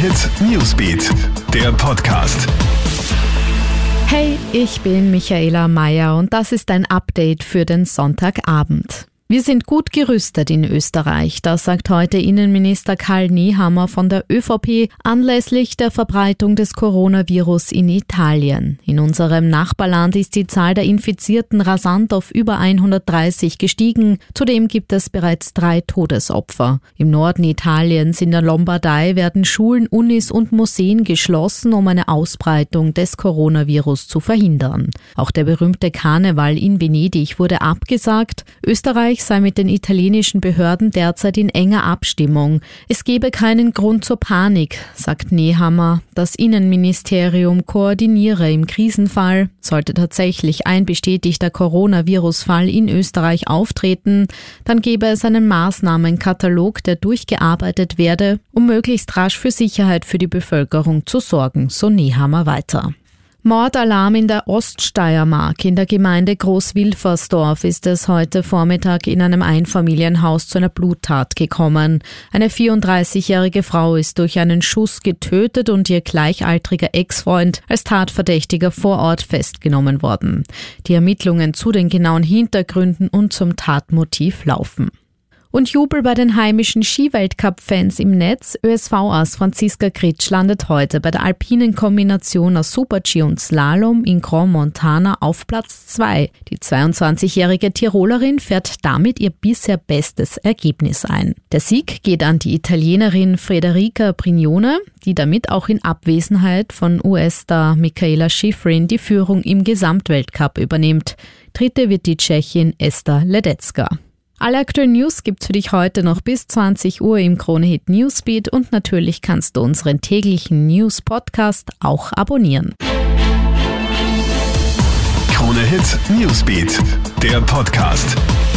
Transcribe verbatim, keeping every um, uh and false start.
Hit Newsbeat, der Podcast. Hey, ich bin Michaela Mayer und das ist ein Update für den Sonntagabend. Wir sind gut gerüstet in Österreich, das sagt heute Innenminister Karl Nehammer von der ÖVP anlässlich der Verbreitung des Coronavirus in Italien. In unserem Nachbarland ist die Zahl der Infizierten rasant auf über hundertdreißig gestiegen. Zudem gibt es bereits drei Todesopfer. Im Norden Italiens in der Lombardei werden Schulen, Unis und Museen geschlossen, um eine Ausbreitung des Coronavirus zu verhindern. Auch der berühmte Karneval in Venedig wurde abgesagt. Österreich sei mit den italienischen Behörden derzeit in enger Abstimmung. Es gebe keinen Grund zur Panik, sagt Nehammer. Das Innenministerium koordiniere im Krisenfall. Sollte tatsächlich ein bestätigter Coronavirus-Fall in Österreich auftreten, dann gebe es einen Maßnahmenkatalog, der durchgearbeitet werde, um möglichst rasch für Sicherheit für die Bevölkerung zu sorgen, so Nehammer weiter. Mordalarm in der Oststeiermark. In der Gemeinde Großwilfersdorf ist es heute Vormittag in einem Einfamilienhaus zu einer Bluttat gekommen. Eine vierunddreißigjährige Frau ist durch einen Schuss getötet und ihr gleichaltriger Ex-Freund als Tatverdächtiger vor Ort festgenommen worden. Die Ermittlungen zu den genauen Hintergründen und zum Tatmotiv laufen. Und Jubel bei den heimischen Skiweltcup-Fans im Netz. ÖSV-Ass Franziska Gritsch landet heute bei der alpinen Kombination aus Super-G und Slalom in Grand Montana auf Platz zwei. Die zweiundzwanzigjährige Tirolerin fährt damit ihr bisher bestes Ergebnis ein. Der Sieg geht an die Italienerin Federica Brignone, die damit auch in Abwesenheit von U S-Star Mikaela Shiffrin die Führung im Gesamtweltcup übernimmt. Dritte wird die Tschechin Esther Ledecka. Alle aktuellen News gibt's für dich heute noch bis zwanzig Uhr im Krone Hit Newsbeat und natürlich kannst du unseren täglichen News-Podcast auch abonnieren. Krone Hit Newsbeat, der Podcast.